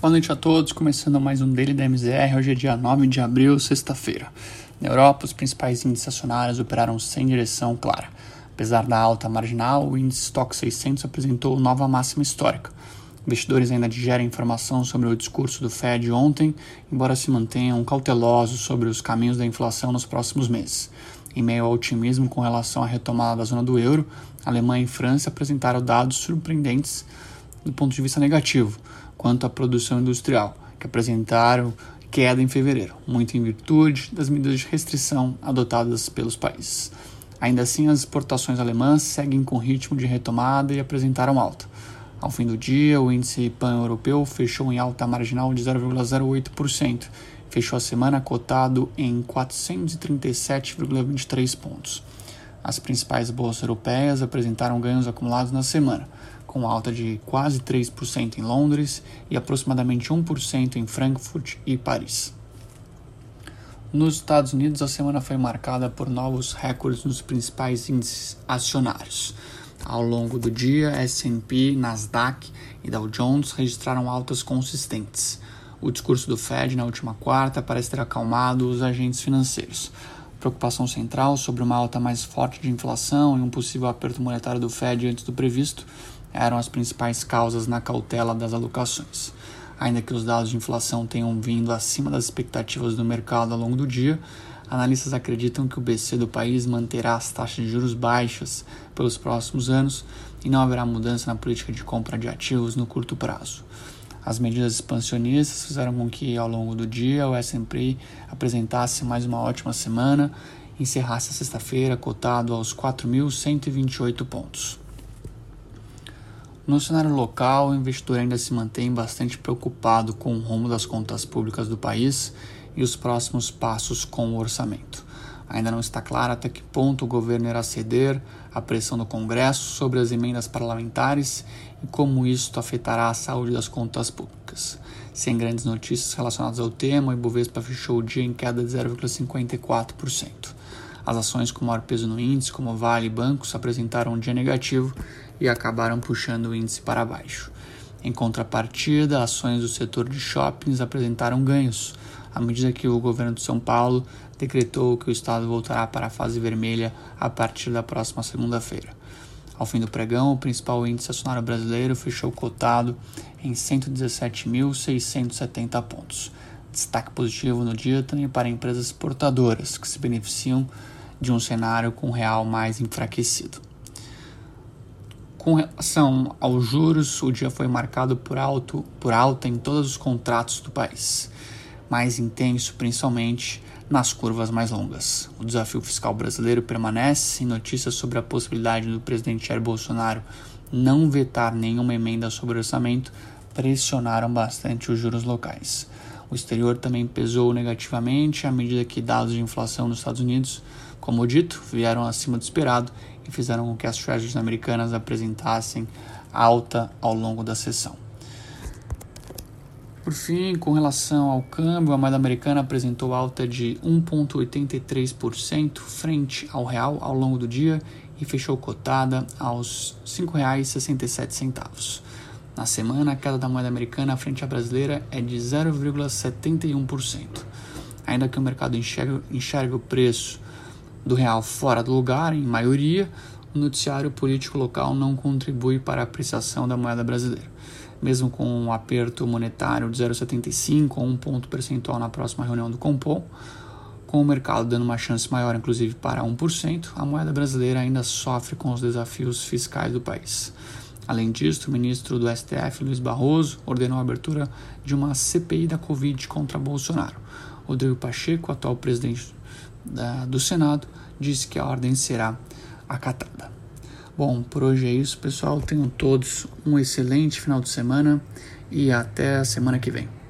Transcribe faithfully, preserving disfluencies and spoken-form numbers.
Boa noite a todos, começando mais um Daily da M Z R, hoje é dia nove de abril, sexta-feira. Na Europa, os principais índices acionários operaram sem direção clara. Apesar da alta marginal, o índice Stoxx seiscentos apresentou nova máxima histórica. Investidores ainda digerem informação sobre o discurso do Fed ontem, embora se mantenham cautelosos sobre os caminhos da inflação nos próximos meses. Em meio ao otimismo com relação à retomada da zona do euro, Alemanha e França apresentaram dados surpreendentes do ponto de vista negativo quanto à produção industrial, que apresentaram queda em fevereiro, muito em virtude das medidas de restrição adotadas pelos países. Ainda assim, as exportações alemãs seguem com ritmo de retomada e apresentaram alta. Ao fim do dia, o índice pan-europeu fechou em alta marginal de zero vírgula zero oito por cento, fechou a semana cotado em quatrocentos e trinta e sete vírgula vinte e três pontos. As principais bolsas europeias apresentaram ganhos acumulados na semana, com alta de quase três por cento em Londres e aproximadamente um por cento em Frankfurt e Paris. Nos Estados Unidos, a semana foi marcada por novos recordes nos principais índices acionários. Ao longo do dia, S and P, Nasdaq e Dow Jones registraram altas consistentes. O discurso do Fed na última quarta parece ter acalmado os agentes financeiros. Preocupação central sobre uma alta mais forte de inflação e um possível aperto monetário do Fed antes do previsto eram as principais causas na cautela das alocações. Ainda que os dados de inflação tenham vindo acima das expectativas do mercado ao longo do dia, analistas acreditam que o B C do país manterá as taxas de juros baixas pelos próximos anos e não haverá mudança na política de compra de ativos no curto prazo. As medidas expansionistas fizeram com que, ao longo do dia, o S and P apresentasse mais uma ótima semana e encerrasse a sexta-feira cotado aos quatro mil cento e vinte e oito pontos. No cenário local, o investidor ainda se mantém bastante preocupado com o rumo das contas públicas do país e os próximos passos com o orçamento. Ainda não está claro até que ponto o governo irá ceder à pressão do Congresso sobre as emendas parlamentares e como isso afetará a saúde das contas públicas. Sem grandes notícias relacionadas ao tema, o Ibovespa fechou o dia em queda de zero vírgula cinquenta e quatro por cento. As ações com maior peso no índice, como Vale e bancos, apresentaram um dia negativo e acabaram puxando o índice para baixo. Em contrapartida, ações do setor de shoppings apresentaram ganhos, à medida que o governo de São Paulo decretou que o estado voltará para a fase vermelha a partir da próxima segunda-feira. Ao fim do pregão, o principal índice acionário brasileiro fechou cotado em cento e dezessete mil seiscentos e setenta pontos. Destaque positivo no dia também para empresas exportadoras, que se beneficiam de um cenário com o real mais enfraquecido. Com relação aos juros, o dia foi marcado por, alto, por alta em todos os contratos do país, mais intenso principalmente nas curvas mais longas. O desafio fiscal brasileiro permanece e notícias sobre a possibilidade do presidente Jair Bolsonaro não vetar nenhuma emenda sobre o orçamento pressionaram bastante os juros locais. O exterior também pesou negativamente à medida que dados de inflação nos Estados Unidos, como dito, vieram acima do esperado e fizeram com que as treasuries americanas apresentassem alta ao longo da sessão. Por fim, com relação ao câmbio, a moeda americana apresentou alta de um vírgula oitenta e três por cento frente ao real ao longo do dia e fechou cotada aos cinco reais e sessenta e sete centavos. Na semana, a queda da moeda americana frente à brasileira é de zero vírgula setenta e um por cento. Ainda que o mercado enxergue, enxergue o preço do real fora do lugar, em maioria, o noticiário político local não contribui para a apreciação da moeda brasileira. Mesmo com um aperto monetário de zero vírgula setenta e cinco ou um ponto percentual na próxima reunião do Compom, com o mercado dando uma chance maior, inclusive para um por cento, a moeda brasileira ainda sofre com os desafios fiscais do país. Além disso, o ministro do S T F, Luiz Barroso, ordenou a abertura de uma C P I da Covid contra Bolsonaro. Rodrigo Pacheco, atual presidente da, do Senado, disse que a ordem será acatada. Bom, por hoje é isso, pessoal. Tenham todos um excelente final de semana e até a semana que vem.